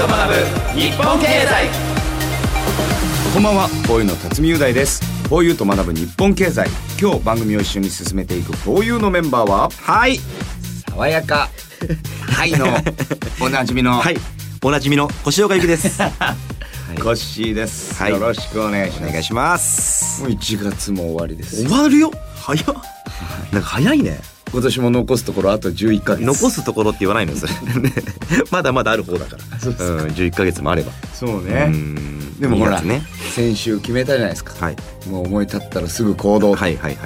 と学ぶ日本経済。こんばんは、フォーユーの辰巳雄大です。フォーユーと学ぶ日本経済。今日番組を一緒に進めていくフォーユーのメンバーは、 はい、 爽やかはいのおなじみのはい、おなじみの越岡由紀です。 コッシーです、 はい、 よろしくお願いします。 お願いします。 もう1月も終わりです。 終わるよ。早っ。なんか早いね。 今年も残すところあと11ヶ月。 残すところって言わないのよそれまだまだある方だから。そうですか。11ヶ月もあれば。 そうね。でもほら、 ね、 先週決めたじゃないですか、はい、もう思い立ったらすぐ行動。 はいはいはい。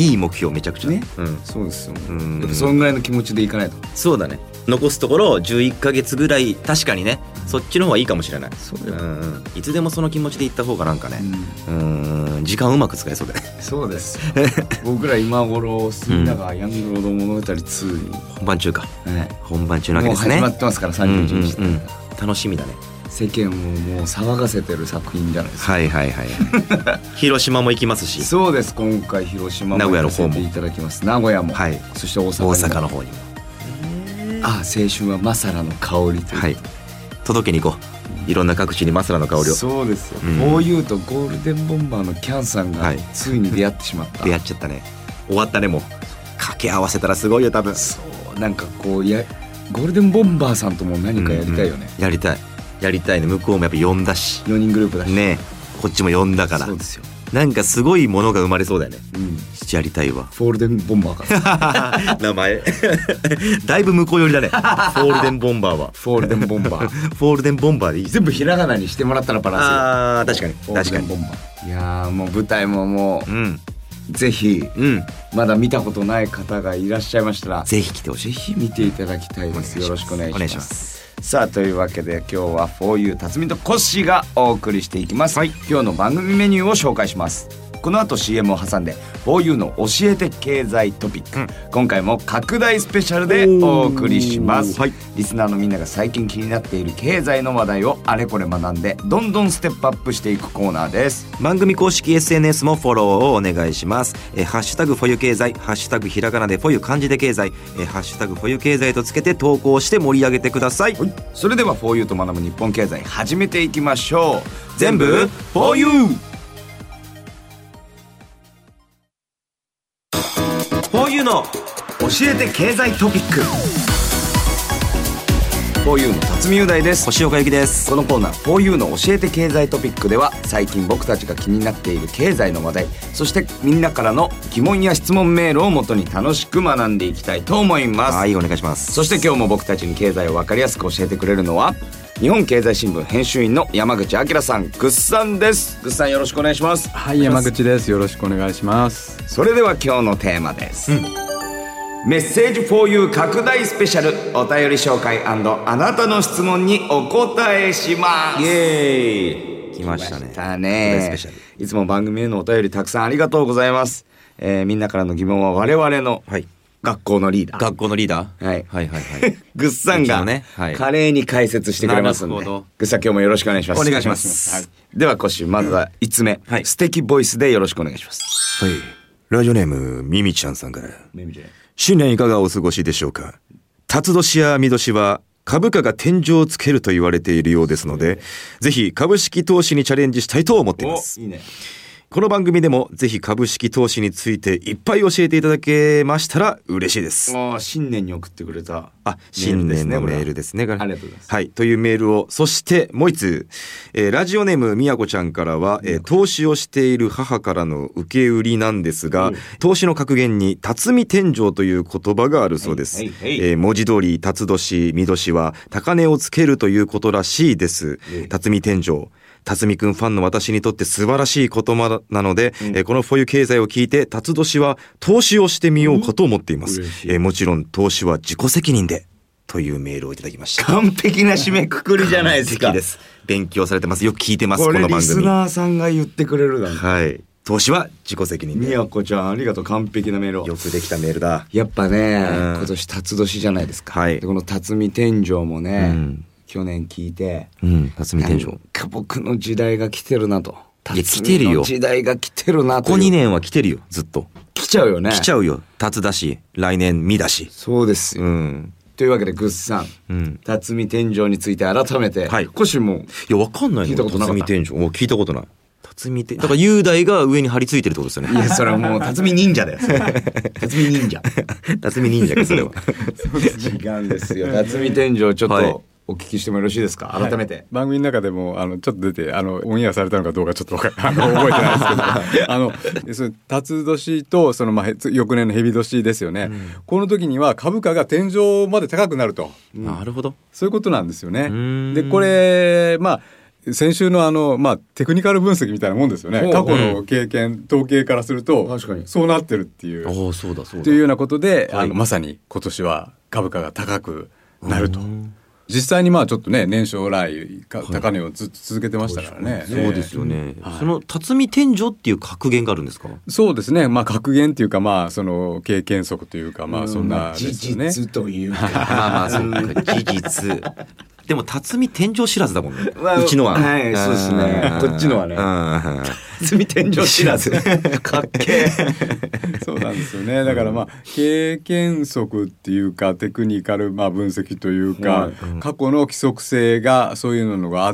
いい目標めちゃくちゃね、 そうですよ。やっぱそんぐらいの気持ちでいかないと。 そうだね。残すところ11ヶ月ぐらい、確かにね、そっちの方がいいかもしれない。そうだよ、いつでもその気持ちでいった方がなんかね、時間うまく使えそうだね。 そうです僕ら今頃隅田川ヤングロード物語2に本番中か、本番中なわけですね。 もう始まってますから31日、 楽しみだね。 世間をもう騒がせてる作品じゃないですか。はいはいはい広島も行きますし。 そうです。今回広島も行かせていただきます。名古屋も、はい、そして大阪の方にも。青春はマサラの香りという、はい、 届けに行こう。いろんな各地にマサラの香りを。 そうですよ。フォーユーとゴールデンボンバーのキャンさんがついに出会ってしまった、 出会っちゃったね。終わったね。もう掛け合わせたらすごいよ多分。 そうなんかこうゴールデンボンバーさんとも何かやりたいよね、 やりたいやりたいね。向こうもやっぱ呼んだし、 4人グループだしね。 こっちも呼んだから。そうですよ。なんかすごいものが生まれそうだよね。やりたいわ。 フォールデンボンバーか名前だいぶ向こう寄りだね。フォールデンボンバーは。 フォールデンボンバーフォールデンボンバーでいい。 全部ひらがなにしてもらったらバランス。 確かに確かに。 いやもう舞台ももう、ぜひ、まだ見たことない方がいらっしゃいましたら、 ぜひ来てほしい。 ぜひ見ていただきたいです。よろしくお願いします。さあ、というわけで今日はフォーユー辰巳とコッシーがお送りしていきます、今日の番組メニューを紹介します。この後 CM を挟んでフォーユーの教えて経済トピック、今回も拡大スペシャルでお送りします、リスナーのみんなが最近気になっている経済の話題をあれこれ学んでどんどんステップアップしていくコーナーです。 番組公式 SNS もフォローをお願いします。ハッシュタグフォユ経済、ハッシュタグひらがなでフォユ漢字で経済、ハッシュタグフォユ経済とつけて投稿して盛り上げてください、 それではフォーユーと学ぶ日本経済始めていきましょう。全部フォーユー。 フォーユーの教えて経済トピック。フォーユーの辰巳雄大です。 越岡由紀です。 このコーナーフォーユーの教えて経済トピックでは、最近僕たちが気になっている経済の話題、そしてみんなからの疑問や質問メールをもとに楽しく学んでいきたいと思います。 はい、お願いします。 そして今日も僕たちに経済を分かりやすく教えてくれるのは日本経済新聞編集員の山口明さん、ぐっさんです。ぐっさん、よろしくお願いします。 はい、山口です。よろしくお願いします。 それでは今日のテーマです、メッセージ for you 拡大スペシャル、お便り紹介&あなたの質問にお答えします。イエーイ、 来ましたね。 いつも番組へのお便りたくさんありがとうございます、みんなからの疑問は我々の、学校のリーダー、 学校のリーダー、 はいはいはいはいぐっさんが華麗に解説してくれますんで、ぐっさん今日もよろしくお願いします。 お願いします、 ではコッシー、まずは5つ目、素敵ボイスでよろしくお願いします。 はい、ラジオネームミミちゃんさんから。新年いかがお過ごしでしょうか。辰年や見年は株価が天井をつけると言われているようですので、ぜひ株式投資にチャレンジしたいと思っています。いいね。この番組でもぜひ株式投資についていっぱい教えていただけましたら嬉しいです。 新年に送ってくれた新年のメールですね。 ありがとうございます。 はい、というメールを、そしてもう一つ、ラジオネームみやこちゃんからは、投資をしている母からの受け売りなんですが、投資の格言に辰巳天井という言葉があるそうです。文字通り辰年見年は高値をつけるということらしいです。辰巳天井、辰巳くんファンの私にとって素晴らしい言葉なので、このフォユ経済を聞いて辰年は投資をしてみようかと思っています。もちろん投資は自己責任で、というメールをいただきました。 完璧な締めくくりじゃないですか。 完璧です。勉強されてます。よく聞いてます。この番組。 リスナーさんが言ってくれるなんて。 はい。投資は自己責任で。 みやこちゃん、ありがとう。完璧なメールを。 よくできたメールだ。 やっぱね、今年辰年じゃないですか。でこの辰巳天井もね、去年聞いて、 辰巳天井、 僕の時代が来てるなと。 いや、来てるよ。 時代が来てるなと。 ここ2年は来てるよ、ずっと。 来ちゃうよね。 来ちゃうよ。辰だし、来年巳だし。 そうですよ。っというわけでグッさん、辰巳天井について改めて、コシもいやわかんないの。 聞いたことなかった。 辰巳天井聞いたことない。辰巳天だから雄大が上に張り付いてるってことですよね。 いやそれはもう辰巳忍者だよ。辰巳忍者。 辰巳忍者かそれは。 違うんですよ。辰巳天井ちょっとお聞きしてもよろしいですか。改めて、 番組の中でもちょっと出てオンエアされたのかどうかちょっと覚えてないですけど辰年とその翌年の蛇年ですよね、この時には株価が天井まで高くなると、 なるほど、 そういうことなんですよね。でこれ先週のテクニカル分析みたいなもんですよね。過去の経験、統計からするとそうなってるっていうというようなことで、まさに今年は株価が高くなると。実際にちょっとね年初来高値をずっと続けてましたからね。 そうですよね。その辰巳天井っていう格言があるんですか。 そうですね。格言っていうかその経験則というかそんなですよね。 事実というかそうか事実。でも辰巳天井知らずだもんね、うちのは。 はいそうですね。こっちのはね辰巳天井知らずかっけー。 そうなんですよね。だから経験則っていうかテクニカル分析というか、過去の規則性がそういうのがあって、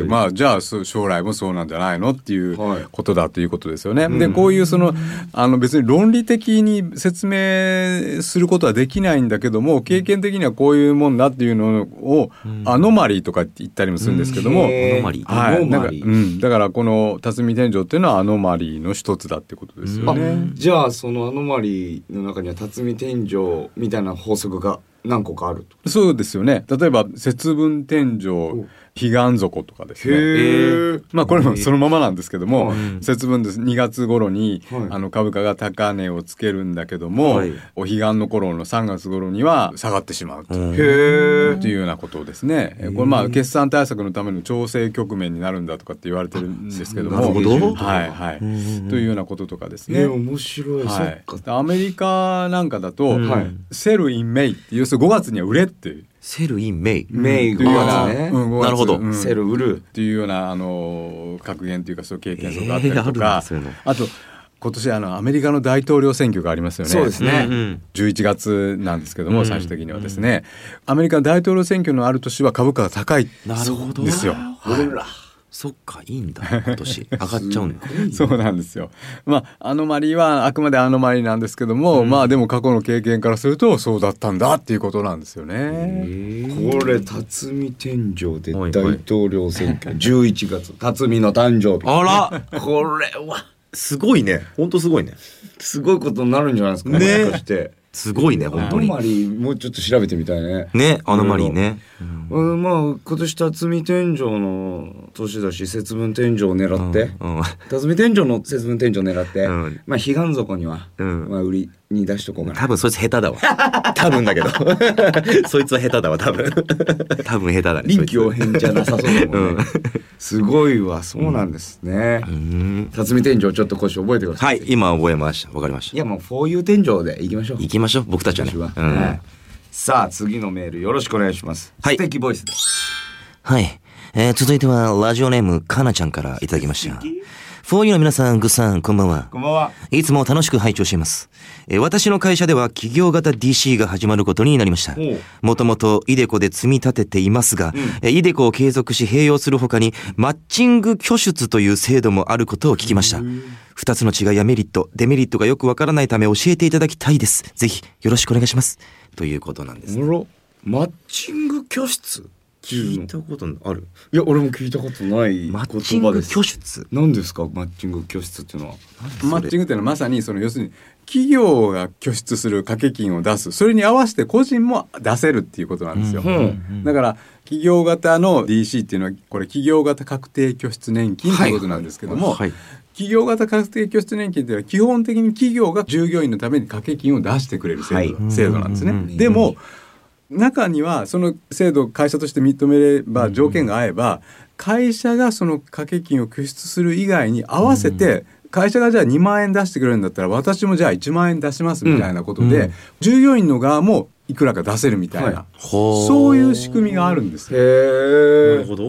じゃあ将来もそうなんじゃないのっていうことだということですよね。でこういう別に論理的に説明することはできないんだけども、経験的にはこういうもんだっていうのをアノマリーとか言ったりもするんですけども、 アノマリー、 だからこの辰巳天井っていうのはアノマリーの一つだってことですよね。 じゃあそのアノマリーの中には辰巳天井みたいな法則が何個かあると。 そうですよね。例えば節分天井、彼岸底とかですね。これもそのままなんですけども、節分です2月頃に、株価が高値をつけるんだけども、お彼岸の頃の3月頃には下がってしまうというようなことですね。これ決算対策のための調整局面になるんだとかって言われてるんですけども、というようなこととかですね。 面白い。 アメリカなんかだと、セルインメイっていう5月には売れっていう。 セルインメイ、 メイ5月ね。 なるほど、 セル売るっていうような格言というかそういう経験則があったりとか、あと今年アメリカの大統領選挙がありますよね。 そうですね。 11月なんですけども、最終的にはですね、アメリカの大統領選挙のある年は株価が高いんですよ。 そっか、いいんだ今年上がっちゃうんだ。 そうなんですよ。アノマリーはあくまでアノマリーなんですけども、でも過去の経験からするとそうだったんだっていうことなんですよね。 これ辰巳天井で大統領選挙、11月辰巳の誕生日。 あらこれはすごいね。本当すごいね。 すごいことになるんじゃないですかね。もしかしてすごいね本当に。 アノマリーもうちょっと調べてみたいね。 アノマリーね。 今年辰巳天井の年だし節分天井を狙って、辰巳天井の節分天井を狙って、彼岸底には、売りに出しとこうかな。 多分そいつ下手だわ。多分だけどそいつは下手だわ多分下手だね。 臨機応変じゃなさそうだもんね。すごいわ。そうなんですね。辰巳天井ちょっと腰覚えてください。 はい、今覚えました。わかりました。 いやもうフォーユー天井でいきましょう。 行きましょう僕たちはね。 さあ次のメールよろしくお願いします。素敵ボイスです。 はい、続いてはラジオネームかなちゃんからいただきました。フォーユーの皆さん、グッさん、こんばんは。 こんばんは。 いつも楽しく拝聴しています。私の会社では企業型 DC が始まることになりました。もともとイデコで積み立てていますが、イデコを継続し併用するほかにマッチング拠出という制度もあることを聞きました。2つの違いやメリット、デメリットがよくわからないため教えていただきたいです。ぜひよろしくお願いします。ということなんです。 マッチング拠出聞いたことある？ いや俺も聞いたことない言葉です。 マッチング拠出、 何ですかマッチング拠出っていうのは。 マッチングっていうのはまさに要するに企業が拠出する掛け金を出す、それに合わせて個人も出せるっていうことなんですよ。だから企業型の DC っていうのはこれ企業型確定拠出年金ということなんですけども、企業型確定拠出年金っていうのは基本的に企業が従業員のために掛け金を出してくれる制度なんですね。でも中にはその制度を会社として認めれば条件が合えば、会社がその掛け金を拠出する以外に合わせて会社がじゃあ2万円出してくれるんだったら私もじゃあ1万円出しますみたいなことで、従業員の側もいくらか出せるみたいな、そういう仕組みがあるんですよ。 なるほど。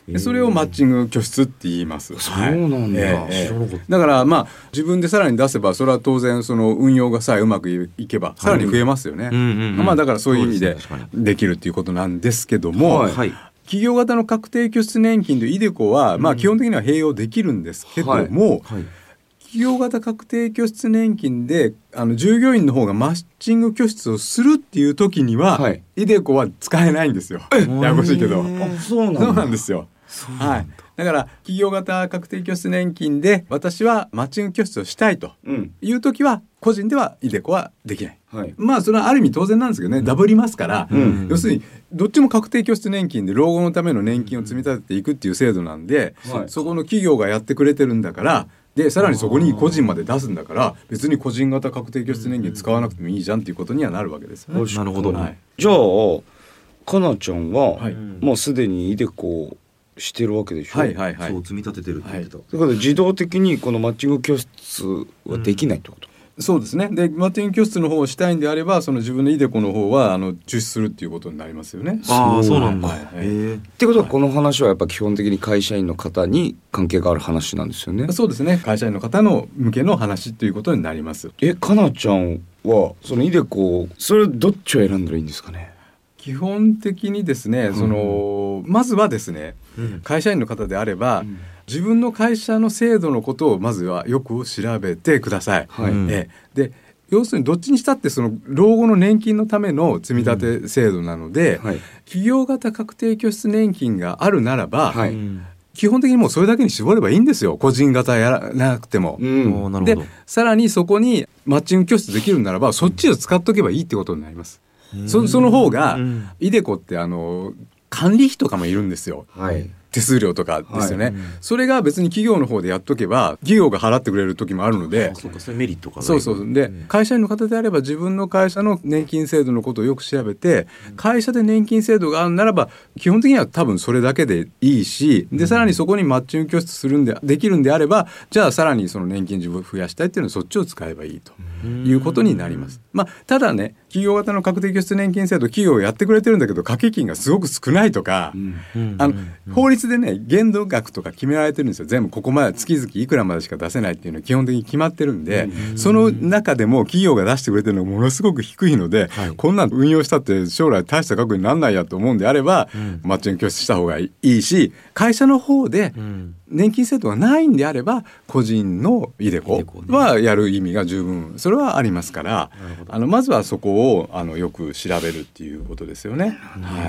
でそれをマッチング拠出って言います。 そうなんだ、 だからまあ自分でさらに出せばそれは当然その運用がさえうまくいけばさらに増えますよね。まあだからそういう意味でできるっていうことなんですけども、企業型の確定拠出年金とイデコはまあ基本的には併用できるんですけども、企業型確定拠出年金で従業員の方がマッチング拠出をするっていう時には、イデコは使えないんですよ。ややこしいけど。そうなんですよ。だから企業型確定拠出年金で私はマッチング拠出をしたいという時は、個人ではイデコはできない。まあそれはある意味当然なんですけどね、ダブりますから、要するにどっちも確定拠出年金で老後のための年金を積み立てていくっていう制度なんで、そこの企業がやってくれてるんだから、でさらにそこに個人まで出すんだから、別に個人型確定拠出年金使わなくてもいいじゃんっていうことにはなるわけですよね。 なるほど、 じゃあかなちゃんは、もうすでにイデコしてるわけでしょ。 そう積み立ててるって言ってた。 だから自動的にこのマッチング拠出はできないってこと。 そうですね。でマッチング拠出の方をしたいんであれば、その自分のイデコの方は抽出するっていうことになりますよね。 そうなんだ。 ってことはこの話はやっぱ基本的に会社員の方に関係がある話なんですよね。 そうですね。会社員の方の向けの話っていうことになります。 かなちゃんはそのイデコ、それどっちを選んだらいいんですかね。 基本的にですね、まずはですね、会社員の方であれば、自分の会社の制度のことをまずはよく調べてください。で要するにどっちにしたってその老後の年金のための積み立て制度なので、企業型確定拠出年金があるならば、基本的にもうそれだけに絞ればいいんですよ。個人型やらなくても。でさらにそこにマッチング拠出できるならば、そっちを使っとけばいいってことになります。その方が、イデコって管理費とかもいるんですよ。手数料とかですよね。それが別に企業の方でやっとけば企業が払ってくれる時もあるので、 そうか、それメリットかな。 そうで、会社員の方であれば自分の会社の年金制度のことをよく調べて、会社で年金制度があるならば基本的には多分それだけでいいし、でさらにそこにマッチング拠出するできるんであれば、じゃあさらにその年金自分を増やしたいっていうのはそっちを使えばいいということになります。ただね、企業型の確定拠出年金制度、企業やってくれてるんだけど掛け金がすごく少ないとか、法律でね限度額とか決められてるんですよ。全部ここまで月々いくらまでしか出せないっていうのは基本的に決まってるんで、その中でも企業が出してくれてるのがものすごく低いので、こんなん運用したって将来大した額にならないやと思うんであれば、マッチング拠出した方がいいし、会社の方で年金制度がないんであれば個人のイデコはやる意味が十分それはありますから、まずはそこをよく調べるっていうことですよね。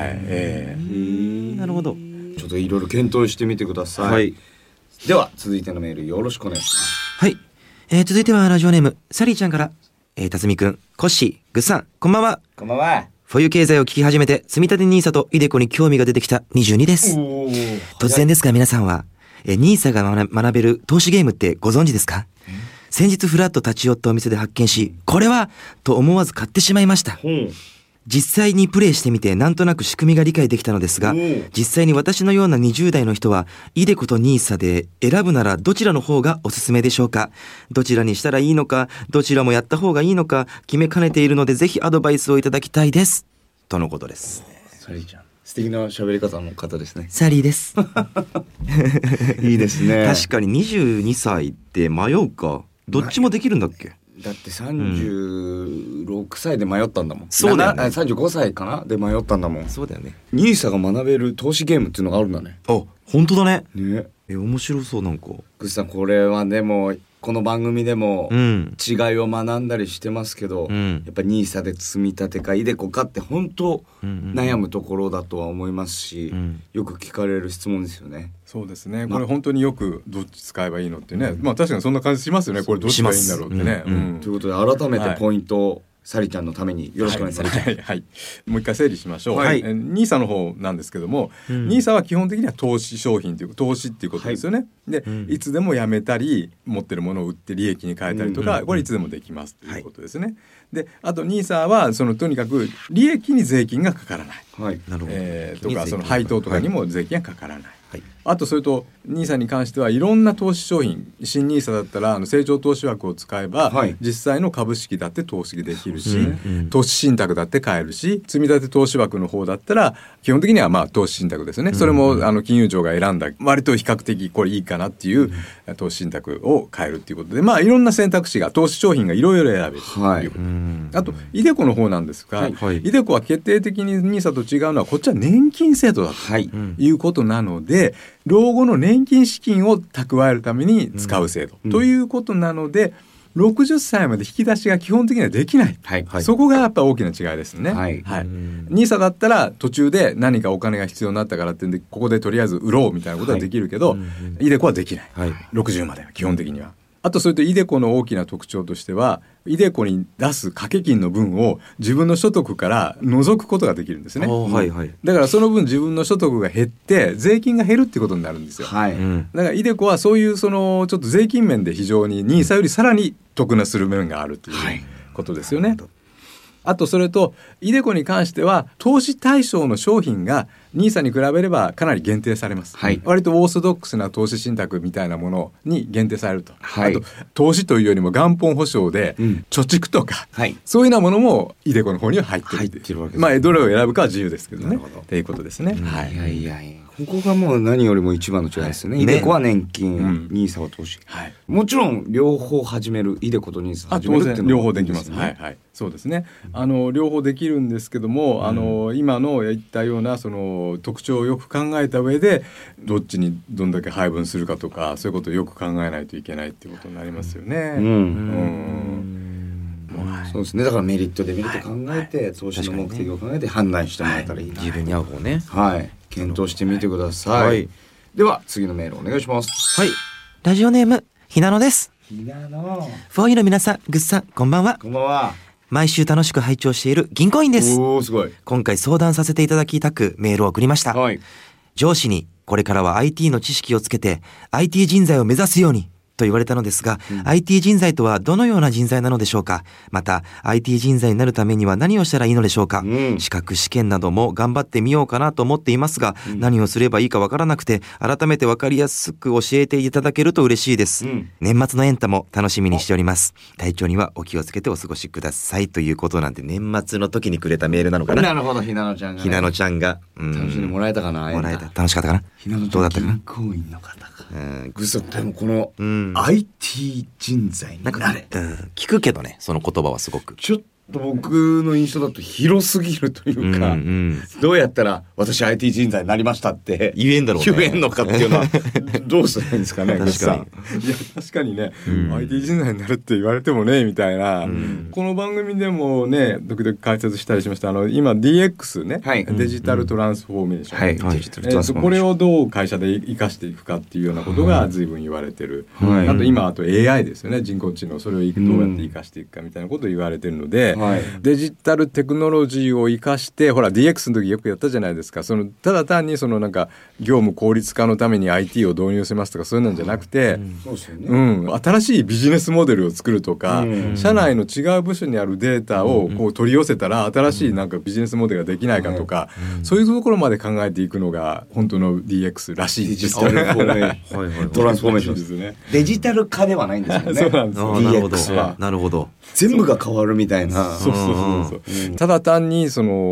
なるほど。 ちょっといろいろ検討してみてください。では続いてのメールよろしくお願いします。 続いてはラジオネームサリーちゃんから、辰巳くん、コッシー、グッさん、こんばんは。 こんばんは。 フォユ経済を聞き始めて積み立て NISA とイデコに興味が出てきた22です。突然ですが皆さんはNISA が学べる投資ゲームってご存知ですか？先日フラッと立ち寄ったお店で発見し、これはと思わず買ってしまいました。実際にプレイしてみてなんとなく仕組みが理解できたのですが、実際に私のような20代の人はイデコと NISA で選ぶならどちらの方がおすすめでしょうか？どちらにしたらいいのか、どちらもやった方がいいのか決めかねているので、ぜひアドバイスをいただきたいですとのことです。 サリーちゃん、素敵な喋り方の方ですね。 サリーですいいですね。 確かに22歳って迷うか、どっちもできるんだっけ？ だって36歳で迷ったんだもん。 そうだよね。 35歳かなで迷ったんだもん。 そうだよね。 NISAが学べる投資ゲームっていうのがあるんだね。 あ、本当だね。 面白そう。なんかグッさん、これはでもこの番組でも違いを学んだりしてますけど、やっぱ NISA で積み立てかイデコかって本当悩むところだとは思いますし、よく聞かれる質問ですよね。 そうですね。これ本当によくどっち使えばいいのってね、確かにそんな感じしますよね。これどっちがいいんだろうってね。 ということで改めてポイントをサリちゃんのためによろしくお願いします。 もう一回整理しましょう。NISA の方なんですけども、NISA は基本的には投資商品という投資っていうことですよね。で、いつでもやめたり持ってるものを売って利益に変えたりとか、これいつでもできますということですね。で、あと NISA はとにかく利益に税金がかからない。 はい、 とかその配当とかにも税金がかからない、はい、あとそれと NISA に関してはいろんな投資商品、新 NISA だったら成長投資枠を使えば、はい、実際の株式だって投資できるし、投資信託だって買えるし、積立投資枠の方だったら基本的にはまあ投資信託ですよね。それも金融庁が選んだ割と比較的これいいかなっていう投資信託を買えるっていうことで、まあいろんな選択肢が、投資商品がいろいろ選べるということ、あとiDeCoの方なんですが、iDeCoは決定的に NISA と違うのはこっちは年金制度だということなので、老後の年金資金を蓄えるために使う制度、ということなので60歳まで引き出しが基本的にはできない、はいはい、そこがやっぱ大きな違いですね、はいはい、NISA だったら途中で何かお金が必要になったからってんでここでとりあえず売ろうみたいなことはできるけど、iDeCo はできない、はい、60までは基本的には。あとそれとiDeCoの大きな特徴としてはiDeCoに出す掛け金の分を自分の所得から除くことができるんですね、はいはい、だからその分自分の所得が減って税金が減るってことになるんですよ、はい、だからiDeCoはそういうそのちょっと税金面で非常にNISAよりさらに得なする面があるということですよね、はい。あとそれとiDeCoに関しては投資対象の商品が NISA に比べればかなり限定されます、はい、割とオーソドックスな投資信託みたいなものに限定されると、はい、あと投資というよりも元本保証で貯蓄とか、はい、そういうようなものもiDeCoの方には入ってるわけです、まあ、どれを選ぶかは自由ですけどねっていうことですね、はい、 いやここがもう何よりも一番の違いですよね、iDeCoは年金、NISA は投資、はい、もちろん両方始めるiDeCoとNISA始めるっていうのは、 両方できます、はいはい、そうですね、両方できるんですけども、今の言ったようなその特徴をよく考えた上でどっちにどんだけ配分するかとかそういうことをよく考えないといけないっていうことになりますよね、 そうですね。だからメリットデメリット考えて、投資の目的を考えて判断してもらえたらいいな、 自分に合う方ね、 はい、検討してみてください、はい、では次のメールお願いします。 はい、ラジオネームひなのです。 ひなのフォーユーの皆さん、ぐっさんこんばんは。 こんばんは。 毎週楽しく拝聴している銀行員です。 おー、すごい。 今回相談させていただきたくメールを送りました、はい、上司にこれからは IT の知識をつけて IT 人材を目指すようにと言われたのですが、IT 人材とはどのような人材なのでしょうか。また IT 人材になるためには何をしたらいいのでしょうか、資格試験なども頑張ってみようかなと思っていますが、何をすればいいかわからなくて改めてわかりやすく教えていただけると嬉しいです、年末のエンタも楽しみにしております。体調にはお気をつけてお過ごしくださいということなんで、年末の時にくれたメールなのかな。 なるほど、ひなのちゃんが、ね、 ひなのちゃんが、 楽しんでもらえたかな。 もらえた、楽しかったかな。 ひなのちゃん、どうだったかな。銀行員の方がぐそ、でもこの IT 人材になれ、 聞くけどね、その言葉はすごくちょっと僕の印象だと広すぎるというか、どうやったら私 IT 人材になりましたって言えんだろうね、 言えんのかっていうのはどうするんですかね。 確かに、いや確かにね、IT 人材になるって言われてもねみたいな、この番組でもね時々解説したりしました。今 DX ね、はい、デジタルトランスフォーメーション、これをどう会社で生かしていくかっていうようなことが随分言われてる、あと今AI ですよね、人工知能、それをどうやって生かしていくかみたいなことを言われてるので、デジタルテクノロジーを生かして、ほら DX の時よくやったじゃないですか。ただ単になんか業務効率化のために IT を導入しますとかそういうのじゃなくて、新しいビジネスモデルを作るとか、社内の違う部署にあるデータをこう取り寄せたら新しいなんかビジネスモデルができないかとか、そういうところまで考えていくのが本当の DX らしいですね。 トランスフォーメーションですね。デジタル化ではないんですよね。 そうなんですよ。 DX はなるほど、 全部が変わるみたいな。 ただ単に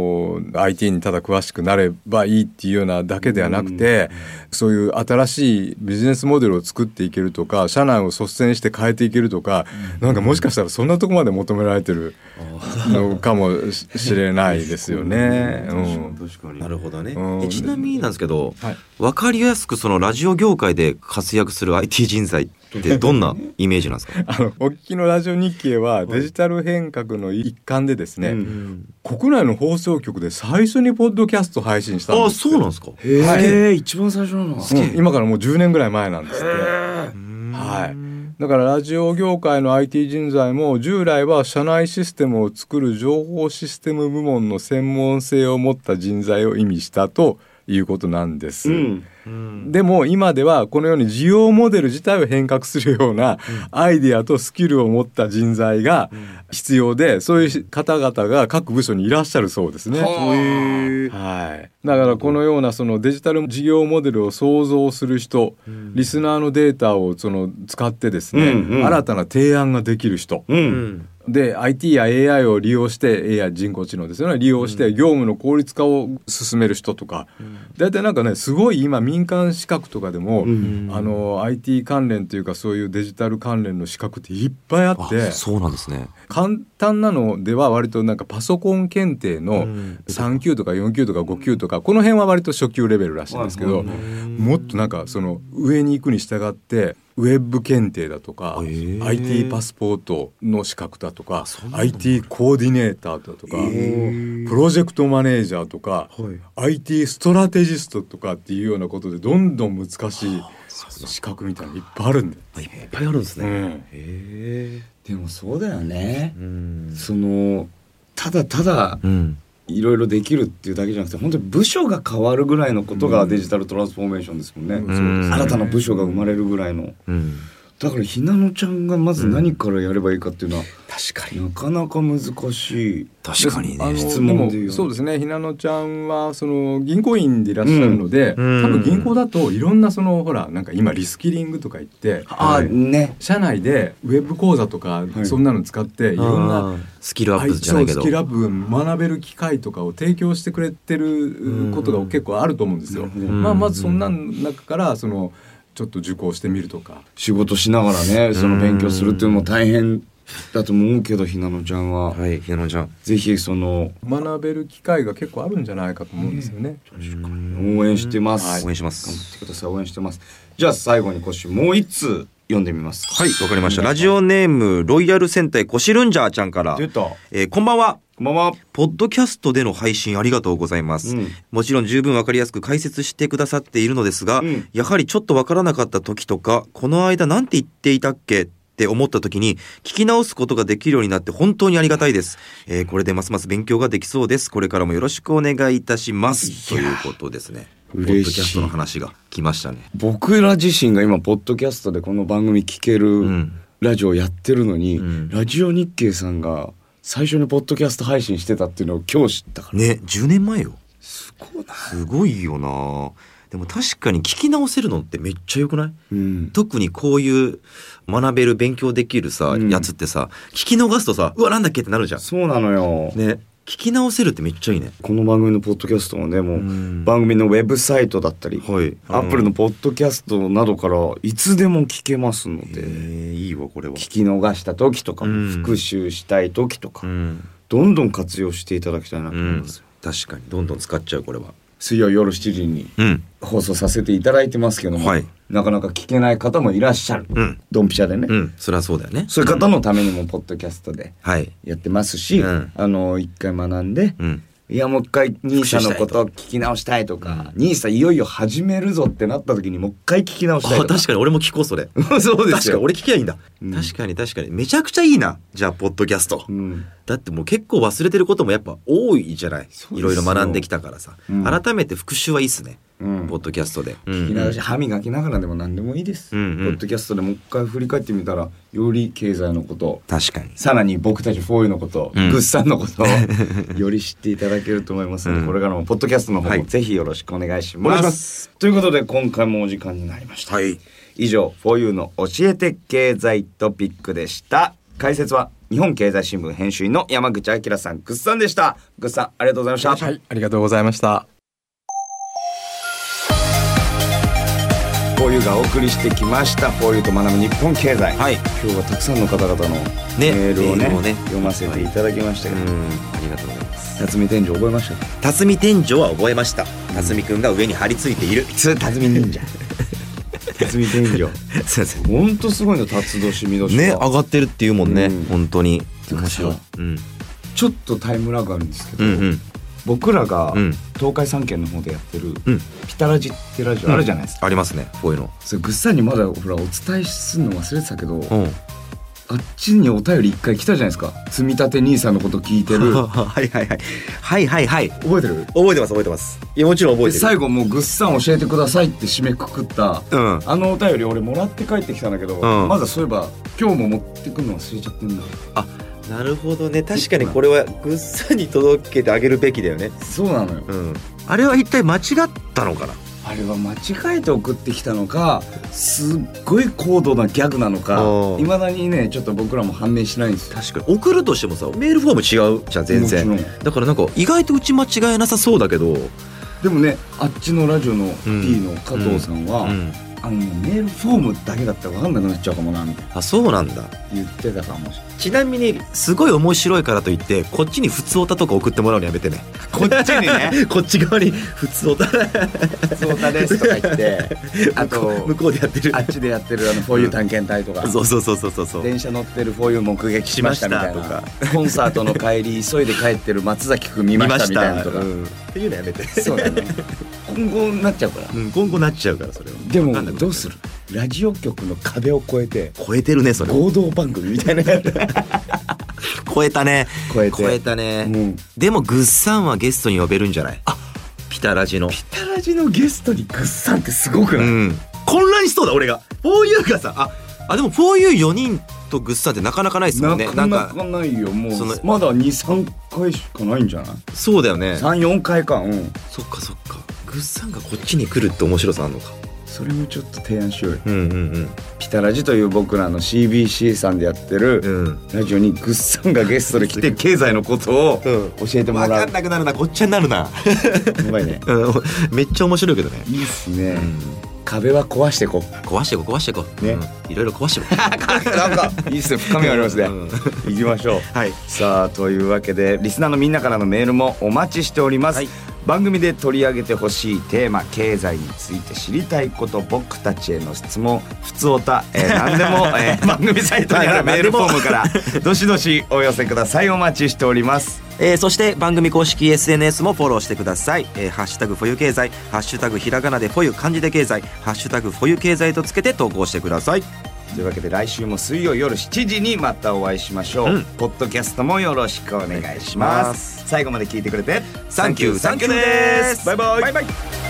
IT にただ詳しくなればいいっていうようなだけではなくて、そういう新しいビジネスモデルを作っていけるとか、社内を率先して変えていけるとか、なんかもしかしたらそんなとこまで求められてるのかもしれないですよね。 なるほどね。ちなみになんですけど、分かりやすくラジオ業界で活躍する IT 人材ってどんなイメージなんですか。 お聞きのラジオ日経はデジタル変革の一環でですね、国内の放送局で最初にポッドキャスト配信したんですって。 そうなんですか。 一番最初なの。 今からもう10年ぐらい前なんですって。はい。だからラジオ業界の IT 人材も従来は社内システムを作る情報システム部門の専門性を持った人材を意味したということなんです。 でも今ではこのように事業モデル自体を変革するようなアイデアとスキルを持った人材が必要で、そういう方々が各部署にいらっしゃるそうですね。はい、だからこのようなそのデジタル事業モデルを創造する人、リスナーのデータを使ってですね、新たな提案ができる人、で IT や AI を利用して AI 人工知能ですよね、利用して業務の効率化を進める人とか、だいたいなんかねすごい今民間資格とかでも、IT 関連というかそういうデジタル関連の資格っていっぱいあって、 そうなんですね。 簡単なのでは割となんかパソコン検定の3級とか4級とか5級とか、この辺は割と初級レベルらしいんですけど、もっとなんかその上に行くに従ってウェブ検定だとか、IT パスポートの資格だとか、IT コーディネーターだとか、プロジェクトマネージャーとか、IT ストラテジストとかっていうようなことでどんどん難しい資格みたいなのいっぱいあるんで、 いっぱいあるんですね。 でもそうだよね、そのただいろいろできるっていうだけじゃなくて、本当に部署が変わるぐらいのことがデジタルトランスフォーメーションですもんね。新たな部署が生まれるぐらいの、だからひなのちゃんがまず何からやればいいかっていうのは、確かになかなか難しい。 確かにね、 質問でそうですね、ひなのちゃんはその銀行員でいらっしゃるので、多分銀行だといろんなそのほらなんか今リスキリングとか言って、社内でウェブ講座とかそんなの使っていろんなスキルアップじゃないけど、 スキルアップ学べる機会とかを提供してくれてることが結構あると思うんですよ。まずそんな中からそのちょっと受講してみるとか、 仕事しながらねその勉強するっていうのも大変だと思うけど、ひなのちゃんは、 ひなのちゃんぜひその学べる機会が結構あるんじゃないかと思うんですよね。 応援してます、 応援します。 頑張ってください。応援してます。じゃあ最後にコッシーもう一通読んでみます。 はい、わかりました。ラジオネームロイヤル戦隊コシルンジャーちゃんから、 出た。 こんばんは。 こんばんは。 ポッドキャストでの配信ありがとうございます、もちろん十分わかりやすく解説してくださっているのですが、やはりちょっとわからなかった時とか、この間なんて言っていたっけって思った時に聞き直すことができるようになって本当にありがたいです、これでますます勉強ができそうです。これからもよろしくお願いいたしますということですね。ポッドキャストの話が来ましたね。 僕ら自身が今ポッドキャストでこの番組聞けるラジオやってるのに、ラジオ日経さんが最初にポッドキャスト配信してたっていうのを今日知ったからね。10年前よ。 すごいよな。でも確かに聞き直せるのってめっちゃ良くない？特にこういう学べる勉強できるさ、やつってさ、聞き逃すとさ、うわなんだっけってなるじゃん。 そうなのよね。聞き直せるってめっちゃいいね。 この番組のポッドキャストもね、もう番組のウェブサイトだったり、アップルのポッドキャストなどからいつでも聞けますので、 いいわこれは。 聞き逃した時とか復習したい時とか、どんどん活用していただきたいなと思います、 確かにどんどん使っちゃう。これは水曜夜7時に放送させていただいてますけども、なかなか聞けない方もいらっしゃる、ドンピシャでね、 そりゃそうだよね。 そういう方のためにもポッドキャストでやってますし、一回学んで、いやもう一回ニーサのことを聞き直したいとか、ニーサいよいよ始めるぞってなった時にもう一回聞き直したいとか。 確かに俺も聞こうそれそうですよ。 確かに俺聞きゃいいんだ、確かにめちゃくちゃいいな。じゃあポッドキャスト、だってもう結構忘れてることもやっぱ多いじゃない。いろいろ学んできたからさ、改めて復習はいいっすね、ポッドキャストで。 聞き直し、歯磨きながらでも何でもいいです、ポッドキャストでもう一回振り返ってみたら、より経済のこと、 確かにさらに僕たちフォーユのこと、グッサンのことをより知っていただけると思いますので、これからもポッドキャストの方もぜひよろしくお願いします、ということで今回もお時間になりました、以上フォーユの教えて経済トピックでした。解説は日本経済新聞編集員の山口明さん、グッサンでした。グッサンありがとうございました。 はい、ありがとうございました。 フォーユがお送りしてきましたフォーユと学ぶ日本経済、今日はたくさんの方々のメールをね読ませていただきましたけど、 ありがとうございます。 辰巳天井覚えました？ 辰巳天井は覚えました。辰巳くんが上に張り付いている。 辰巳忍者辰巳天井すいません、ほんとすごいの、辰年見年ね、上がってるっていうもんね、本当に面白い。 ちょっとタイムラグあるんですけど、僕らが東海3県の方でやってるピタラジってラジオあるじゃないですか。 ありますね、こういうの。 それぐっさんにまだほらお伝えするの忘れてたけど、 あっちにお便り一回来たじゃないですか。積み立て兄さんのこと聞いてるはいはいはいはいはいはい覚えてる？ 覚えてます。いやもちろん覚えてる。 最後もうぐっさん教えてくださいって締めくくった、あのお便り俺もらって帰ってきたんだけど、まだそういえば今日も持ってくるの忘れちゃってんだ。 あ、なるほどね。確かにこれはぐっさんに届けてあげるべきだよね。 そうなのよ、 あれは一体間違ったのかな。 あれは間違えて送ってきたのか、すっごい高度なギャグなのか、いまだにねちょっと僕らも判明しないんですよ。 確かに送るとしてもさ、メールフォーム違うじゃん全然。だからなんか意外と打ち間違えなさそうだけど、 でもねあっちのラジオの P の加藤さんは、メールフォームだけだったら分かんなくなっちゃうかもなみたいな。 あ、そうなんだ。 言ってたかもしれない。 ちなみにすごい面白いからといってこっちに普通オタとか送ってもらうのやめてね。 こっちにねこっち側に普通オタ普通オタですとか言ってあと向こうでやってるあっちでやってるフォーユー探検隊とか、 そう電車乗ってるフォーユー目撃しましたみたいなとか、コンサートの帰り急いで帰ってる松崎くん見ましたみたいなとか、 っていうのやめて。 そうだね今後なっちゃうから、 今後なっちゃうからそれは。 でもどうする、ラジオ局の壁を越えてるねそれ。 合同番組みたいな超えたね。 超えたね、 でもグッサンはゲストに呼べるんじゃない？あ、ピタラジのゲストにグッサンってすごくない？ 混乱しそうだ俺が。フォーユーがさ、でもフォーユー4人とグッサンってなかなかないですもんね。 なかなかないよ。もうまだ 2,3 回しかないんじゃない？ そうだよね。 3,4 回か。 そっかグッサンがこっちに来るって面白さあるのか。 それもちょっと提案しようよ。ピタラジという僕らの CBC さんでやってるラジオにグッサンがゲストで来て経済のことを教えてもらう。 分かんなくなるな、ごっちゃになるな。 うまいね。 めっちゃ面白いけどね。 いいっすね。壁は壊していこう。 壊していこうね。いろいろ壊していこう。なんかいいっすね。深みありますね。行きましょう。 はい。 さあというわけでリスナーのみんなからのメールもお待ちしております。番組で取り上げてほしいテーマ、経済について知りたいこと、僕たちへの質問、ふつおた、何でも、番組サイトにあるメールフォームからどしどしお寄せください。お待ちしております。 そして番組公式 SNS もフォローしてください。ハッシュタグフォユ経済、ハッシュタグひらがなでフォユ、漢字で経済、ハッシュタグフォユ経済とつけて投稿してください。 というわけで来週も水曜夜7時にまたお会いしましょう。ポッドキャストもよろしくお願いします。最後まで聞いてくれてサンキューです。 バイバイ。